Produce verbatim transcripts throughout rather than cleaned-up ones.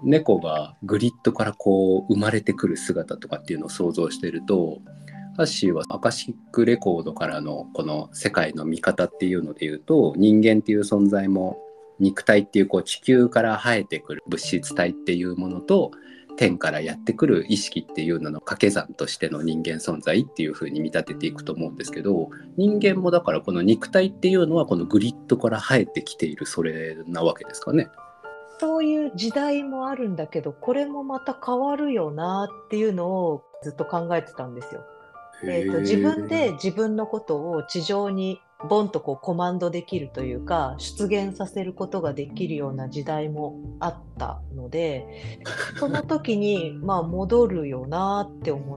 猫がグリッドからこう生まれてくる姿とかっていうのを想像してると、ハッシーはアカシックレコードからのこの世界の見方っていうのでいうと、人間っていう存在も肉体っていうこう地球から生えてくる物質体っていうものと、天からやってくる意識っていうのの掛け算としての人間存在っていう風に見立てていくと思うんですけど、人間もだからこの肉体っていうのはこのグリッドから生えてきているそれなわけですかね。 そういう時代もあるんだけど、これもまた変わるよなっていうのをずっと考えてたんですよ。えっと、自分で自分のことを地上にボンとこうコマンドできるというか、出現させることができるような時代もあったので、その時に、まあ、戻るよなって思って。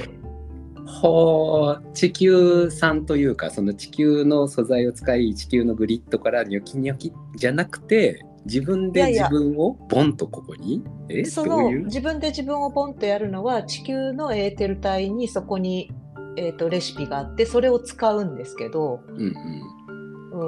ほう、地球産というか、その地球の素材を使い地球のグリッドからニョキニョキじゃなくて、自分で自いやいや、 分をボンとここにえそどういうの自分で自分をボンとやるのは、地球のエーテル体にそこに、えっと、レシピがあって、それを使うんですけど、 うんうん、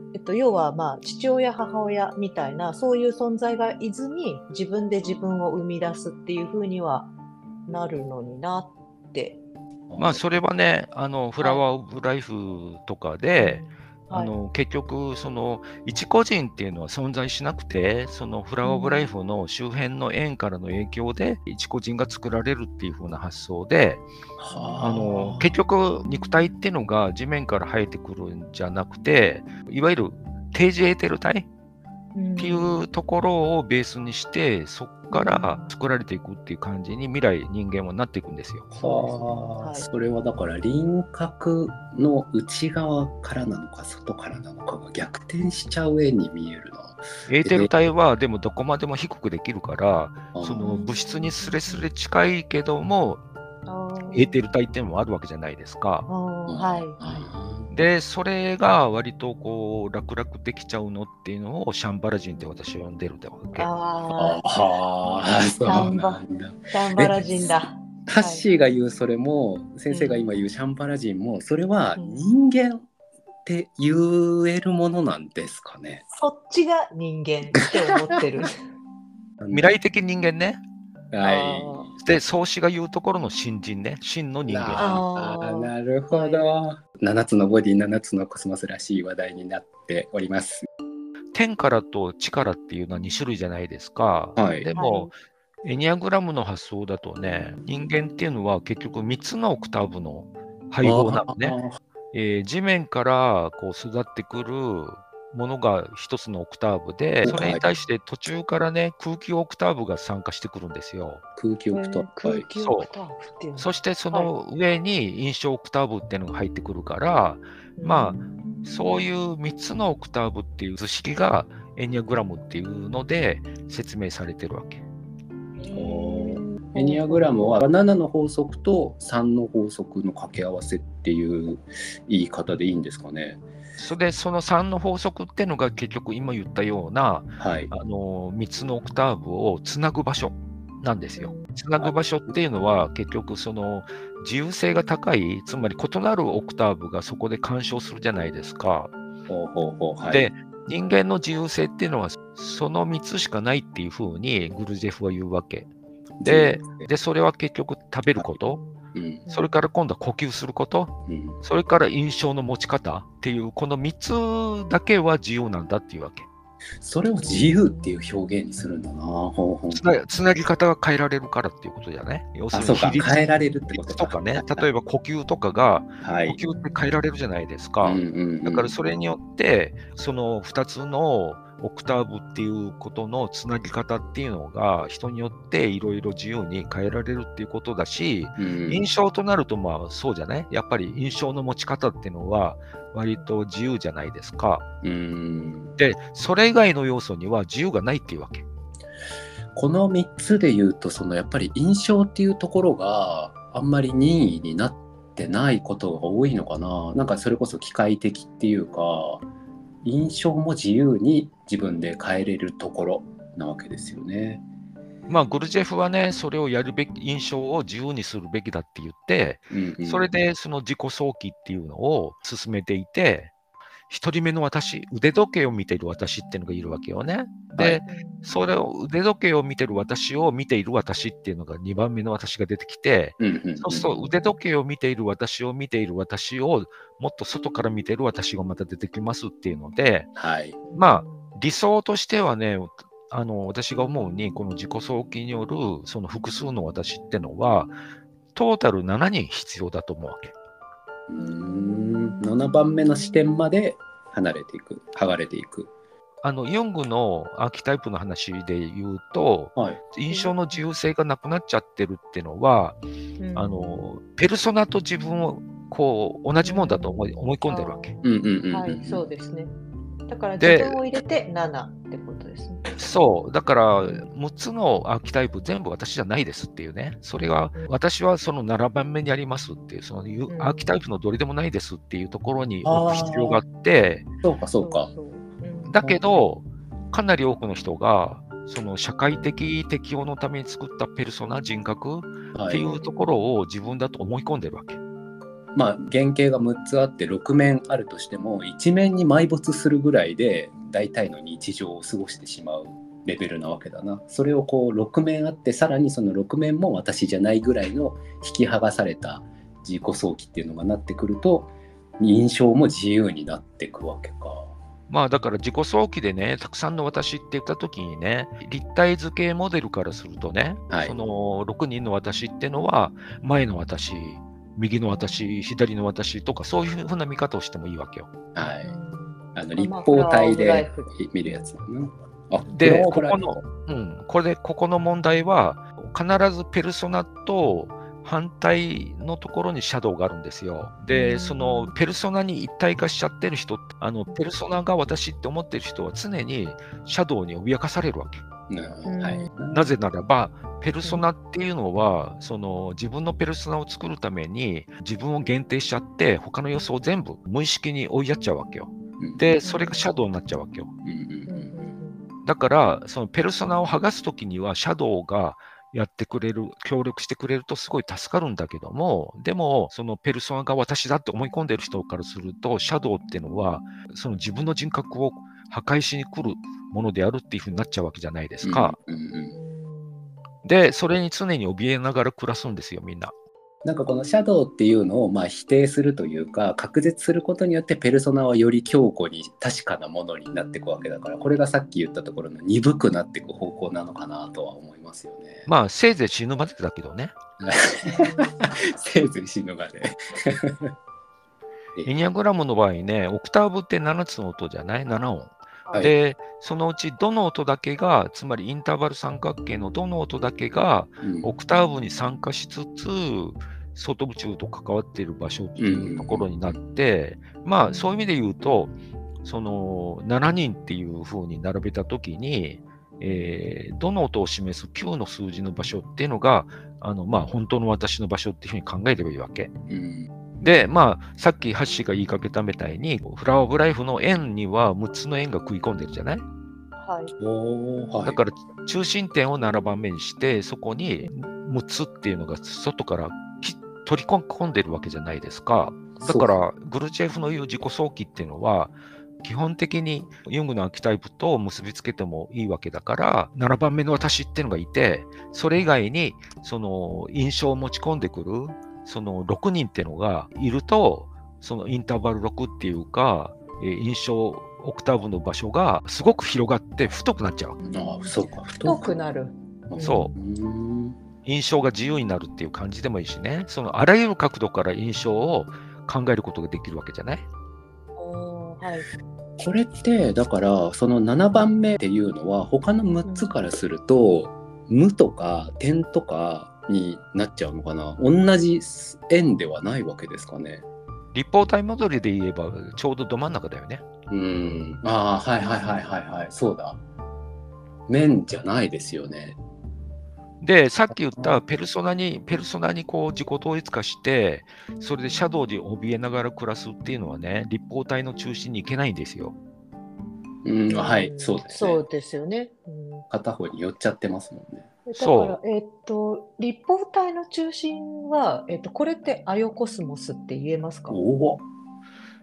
えっと、要は、まあ、父親、母親みたいな、そういう存在がいずに、自分で自分を生み出すっていう風にはなるのになって。 うん。 まあ、それはね、あの、フラはい。 ワーオブライフとかうで、 ん。はい。 あの、結局、その、一個人っていうのは存在しなくて、そのフラワーオブライフの周辺の縁からの影響で、一個人が作られるっていう風な発想で、あの、 は結局、肉体っていうのが地面から生えてくるんじゃなくて、いわゆる定時エーテル体っていうところをベースにして、そこから作られていくっていう感じに未来人間はなっていくんですよ。 あ、 そうですね。 はあ、 はい。 それはだから輪郭の内側からなのか外からなのかが逆転しちゃう絵に見えるな。 エーテル体はでもどこまでも低くできるから、 あーその物質にスレスレ近いけども、 あエーテル体っていうのもあるわけじゃないですか。 あ、はい、はで、それが割とこう楽々できちゃうのっていうのをシャンバラ人って私は呼んでるわい。 け。 あああ、 あ、そうシャンバなんだ。 シャンバラ人だ。 ハッシーが言うそれも、先生が今言うシャンパラ人も、それは人間って言えるものなんですかね。 そっちが人間って思ってる。 未来的人間ね。 はい。 で、創始が言うところの新人ね。真の人間。 ああ、なるほど、はい。ななつのボディ、ななつのコスモスらしい話題になっております。 天からと地からっていうのはに種類じゃないですか。 はい、 でも、はい、エニアグラムの発想だとね、人間っていうのは結局みっつのオクターブの配合なのね。えー、地面からこう育ってくるものが一つのオクターブで、それに対して途中からね、空気オクターブが参加してくるんですよ。 空気オクターブ。 空気オクターブっていうの。 そしてその上に印象オクターブっていうのが入ってくるから、はい、まあ、そういうみっつのオクターブっていう図式がエニアグラムっていうので説明されてるわけ。 エニアグラムはななの法則とさんの法則の掛け合わせっていう言い方でいいんですかね。 それでそのさんの法則っていうのが結局今言ったような、 はい、 あのみっつのオクターブをつなぐ場所なんですよ。つなぐ場所っていうのは結局その自由性が高い、つまり異なるオクターブがそこで干渉するじゃないですか。 ほうほうほう、はい、 で、人間の自由性っていうのはそのみっつしかないっていうふうにグルジェフは言うわけ。で、でそれは結局食べること、うん、それから今度は呼吸すること、うん、それから印象の持ち方っていうこのみっつだけは自由なんだっていうわけ。 それを自由っていう表現にするんだな。ほうほう。 つな、つなぎ方が変えられるからっていうことじゃね。要するに比率変えられるってこととかね、例えば呼吸とかが、はい、呼吸って変えられるじゃないですか。うんうんうん、だからそれによってそのふたつのオクターブっていうことのつなぎ方っていうのが人によっていろいろ自由に変えられるっていうことだし、うん、印象となるとまあそうじゃないやっぱり印象の持ち方っていうのは割と自由じゃないですか。うん、で、それ以外の要素には自由がないっていうわけ。 このみっつで言うと、そのやっぱり印象っていうところがあんまり任意になってないことが多いのかな。なんかそれこそ機械的っていうか、印象も自由に自分で変えれるところなわけですよね。 まあ、グルジェフはね、それをやるべき、印象を自由にするべきだって言って、うんうん、それでその自己想起っていうのを進めていて、 一人目の私、腕時計を見ている私っていうのがいるわけよね。で、はい、それを腕時計を見てる私を見ている私っていうのがにばんめの私が出てきて、うんうんうん、そうすると腕時計を見ている私を見ている私をもっと外から見ている私がまた出てきますっていうので、はい、まあ理想としてはね、あの私が思うにこの自己想起によるその複数の私ってのはトータルしちにん必要だと思うわけ。 うーん、ななばんめの視点まで離れていく、剥がれていく。 あのユングのアーキタイプの話で言うと、はい、印象の自由性がなくなっちゃってるっていうのは、うん、あのペルソナと自分をこう同じもんだと思い、うん、思い込んでるわけ。 はい、そうですね。だから自分を入れてななってことですね。 そう、だからむっつのアーキタイプ全部私じゃないですっていうね。それが、うん、私はそのななばんめにありますっていう、そのアーキタイプのどれでもないですっていうところに置く必要があって、 そうかそうか。 だけど、かなり多くの人が、その社会的適応のために作ったペルソナ、人格っていうところを自分だと思い込んでるわけ。 まあ、原型がむっつあってろくめんあるとしても、いちめんに埋没するぐらいで大体の日常を過ごしてしまうレベルなわけだな。それをこうろくめんあって、さらにそのろくめんも私じゃないぐらいの引き剥がされた自己想起っていうのがなってくると、印象も自由になっていくわけか。 まあだから自己想起でね、たくさんの私って言った時にね、立体図形モデルからするとね、はい、そのろくにんの私っていうのは、前の私、右の私、左の私とか、そういうふうな見方をしてもいいわけよ。 はい。あの立方体で見るやつだな。 あ、で、ここの、うん、これでここの問題は、必ずペルソナと反対のところにシャドウがあるんですよ。で、そのペルソナに一体化しちゃってる人、あのペルソナが私って思ってる人は常にシャドウに脅かされるわけ。はい、なぜならば、ペルソナっていうのは、その自分のペルソナを作るために自分を限定しちゃって、他の要素を全部無意識に追いやっちゃうわけよ。で、それがシャドウになっちゃうわけよ。だから、そのペルソナを剥がすときには、シャドウがやってくれる、協力してくれるとすごい助かるんだけども、でも、そのペルソナが私だって思い込んでる人からすると、シャドウっていうのは、その自分の人格を破壊しに来るものであるっていうふうになっちゃうわけじゃないですか。うんうんうん、で、それに常に怯えながら暮らすんですよ、みんな。 なんかこのシャドウっていうのをまあ否定するというか、隔絶することによってペルソナはより強固に確かなものになっていくわけだから、これがさっき言ったところの鈍くなっていく方向なのかなとは思いますよね。 まあせいぜい死ぬまでだけどね。 せいぜい死ぬまで。 エニアグラムの場合ね、オクターブってななつの音じゃない ?なな 音。はい、で、そのうちどの音だけが、つまりインターバル三角形のどの音だけが、オクターブに参加しつつ、うん外宇宙と関わっている場所っていうところになって、うん、まあそういう意味で言うと、そのしちにんっていうふうに並べたときに、えー、どの音を示すきゅうの数字の場所っていうのが、あのまあ本当の私の場所っていうふうに考えればいいわけ。うん、で、まあさっきハッシーが言いかけたみたいに、フラワーオブライフの円にはむっつの円が食い込んでるじゃない、 はい、 だから中心点をななばんめにして、そこにむっつっていうのが外から取り込んでるわけじゃないですか。だからグルチェフの言う自己想起っていうのは基本的にユングのアーキタイプと結びつけてもいいわけだから、ななばんめの私っていうのがいて、それ以外にその印象を持ち込んでくるそのろくにんっていうのがいると、そのインターバルろくっていうか印象オクターブの場所がすごく広がって太くなっちゃう。 ああ、そうか、 太くなる。 そう。印象が自由になるっていう感じでもいいしね、そのあらゆる角度から印象を考えることができるわけじゃない。 お、はい、 これってだからそのななばんめっていうのは他のむっつからすると、うん、無とか点とかになっちゃうのかな。同じ円ではないわけですかね。 立方体戻りで言えばちょうどど真ん中だよね。 うん、ああ、はいはいはいはいはい、そうだ。面じゃないですよね。 で、さっき言ったペルソナに、ペルソナにこう自己統一化して、それでシャドウに怯えながら暮らすっていうのはね、立方体の中心に行けないんですよ。 うん、はい、そうですね。 そうですよね。 うん、片方に寄っちゃってますもんね。 だから、えっと、立方体の中心は、えっと、これってアヨコスモスって言えますか？ お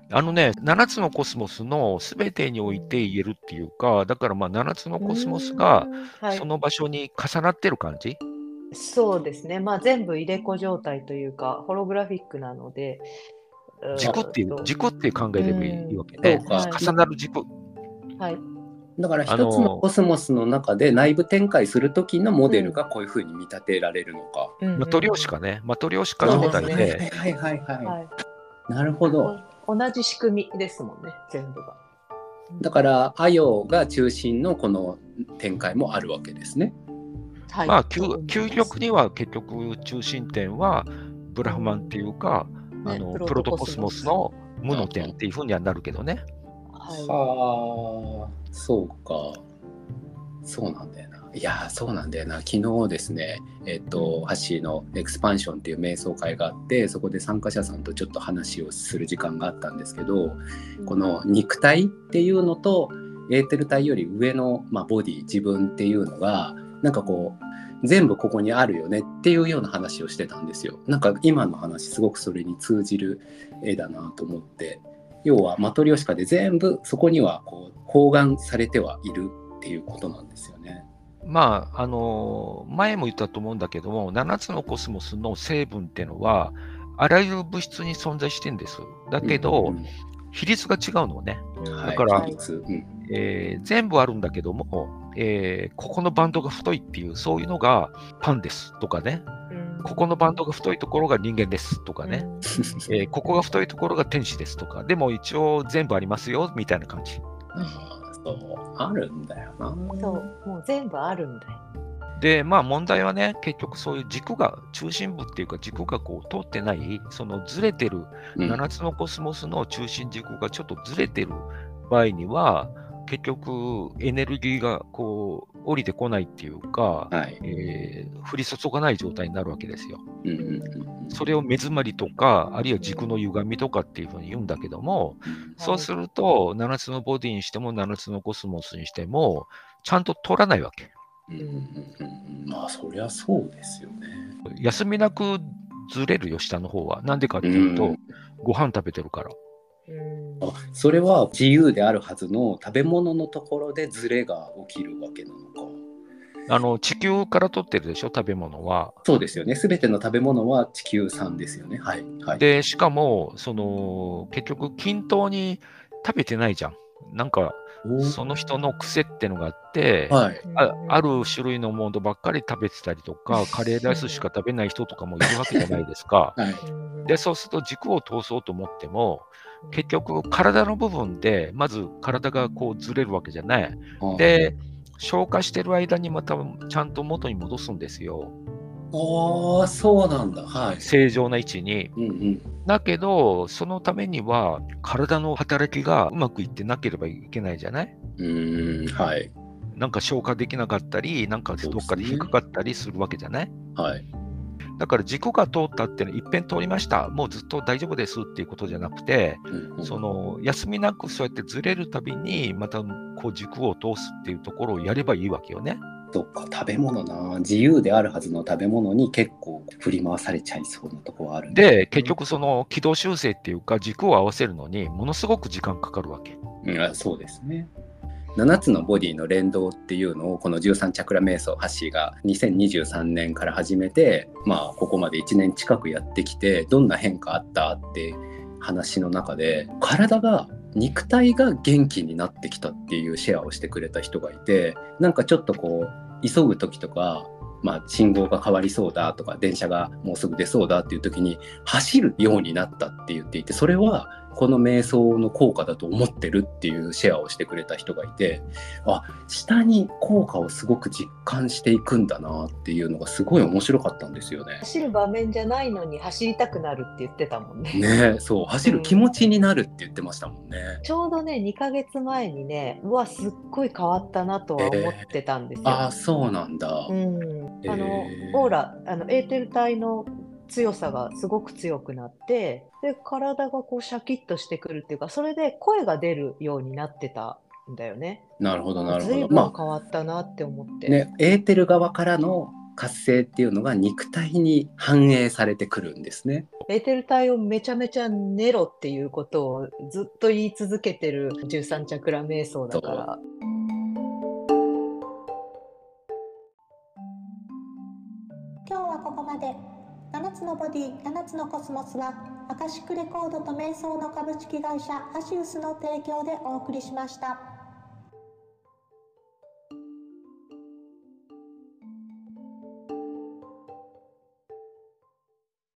あのね、ななつのコスモスのすべてにおいて言えるっていうか、だからまあななつのコスモスがはい、 その場所に重なってる感じ。 そうですね。まあ全部入れ子状態というか、ホログラフィックなので、 軸っていう、軸って考えればいいわけね。 そうか、 重なる軸。 はい。 だから一つのコスモスの中で内部展開する時のモデルがこういうふうに見立てられるのか。 マトリョーシカね。マトリョーシカ状態で。 はいはいはいはい。なるほど。 同じ仕組みですもんね、全部が。 だからアヨが中心のこの展開もあるわけですね。 はい、まあ究極には結局中心点はブラフマンっていうか、うん、あの、ね、プロトコスモスの無の点っていうふうにはなるけどね。 はあ、そうか。そうなんだよな。いや、そうなんだよな。昨日ですね、えっと、ハッシーのエクスパンションっていう瞑想会があって、そこで参加者さんとちょっと話をする時間があったんですけど、この肉体っていうのと、エーテル体より上の、まあ、ボディ、自分っていうのが、なんかこう、全部ここにあるよねっていうような話をしてたんですよ。なんか今の話、すごくそれに通じる絵だなと思って。要はマトリョーシカで全部そこにはこう包含されてはいるっていうことなんですよね。 まああの前も言ったと思うんだけども、ななつのコスモスの成分っていうのはあらゆる物質に存在してるんです。だけど、うんうん、比率が違うのね。だから、はい、うんえー、全部あるんだけども、えー、ここのバンドが太いっていうそういうのがパンですとかね。ここのバンドが太いところが人間ですとかね、えー、ここが太いところが天使ですとか、でも一応全部ありますよみたいな感じ。 あそうあるんだよな。 そう、もう全部あるんだよ。 で、まあ問題はね、結局そういう軸が、中心部っていうか軸がこう通ってない、そのずれてる、ななつのコスモスの中心軸がちょっとずれてる場合には、結局エネルギーがこう降りてこないっていうか、はいえー、降り注がない状態になるわけですよ。うんうんうん、それを目詰まりとか、あるいは軸の歪みとかっていうふうに言うんだけども、うん、そうするとななつのボディにしてもななつのコスモスにしてもちゃんと通らないわけ。 うんうんうん、まあそりゃそうですよね。 休みなくずれるよ、下の方は。なんでかっていうと、うん、ご飯食べてるから。 あそれは自由であるはずの食べ物のところでズレが起きるわけなのか。 あの地球から取ってるでしょ、食べ物は。 そうですよね。すべての食べ物は地球産ですよね。はい。はい、 でしかもその結局均等に食べてないじゃん。なんかその人の癖ってのがあって、はい、あ, ある種類のものばっかり食べてたりとか、カレーライスしか食べない人とかもいるわけじゃないですか。はい、でそうすると軸を通そうと思っても結局体の部分でまず体がこうずれるわけじゃない。で消化してる間にまたちゃんと元に戻すんですよ。 ああ、そうなんだ。はい。 正常な位置に。うんうん、だけどそのためには体の働きがうまくいってなければいけないじゃない。 うーん、はい。 なんか消化できなかったり、なんかどっかで低かったりするわけじゃない。はい。だから軸が通ったっていうのは一遍通りました、もうずっと大丈夫ですっていうことじゃなくて、うんうん、その休みなくそうやってずれるたびにまたこう軸を通すっていうところをやればいいわけよね。 そっか、食べ物な、自由であるはずの食べ物に結構振り回されちゃいそうなところはあるんで、で結局その軌道修正っていうか軸を合わせるのにものすごく時間かかるわけ。 うん、そうですね。ななつのボディの連動っていうのをこのじゅうさんチャクラ瞑想ハッシーがにせんにじゅうさんねんから始めて、まあここまでいちねん近くやってきてどんな変化あったって話の中で、体が肉体が元気になってきたっていうシェアをしてくれた人がいて、なんかちょっとこう急ぐ時とか、まあ、信号が変わりそうだとか電車がもうすぐ出そうだっていう時に走るようになったって言っていて、それはこの瞑想の効果だと思ってるっていうシェアをしてくれた人がいて、あ、下に効果をすごく実感していくんだなっていうのがすごい面白かったんですよね。 走る場面じゃないのに走りたくなるって言ってたもんね。 ね、そう走る気持ちになるって言ってましたもんね。 うん、ちょうどねにかげつまえにね、うわすっごい変わったなとは思ってたんですよ。 えー、あ、そうなんだ。 うん、あの、えー、オーラ、あのエーテル体の強さがすごく強くなって、で体がこうシャキッとしてくるっていうか、それで声が出るようになってたんだよね。 なるほどなるほど。 随分変わったなって思って、 まあね、エーテル側からの活性っていうのが肉体に反映されてくるんですね。 エーテル体をめちゃめちゃ寝ろっていうことをずっと言い続けてるじゅうさんチャクラ瞑想だから。 今日はここまで。ななつのボディ、ななつのコスモスはアカシックレコードと瞑想の株式会社アシウスの提供でお送りしました。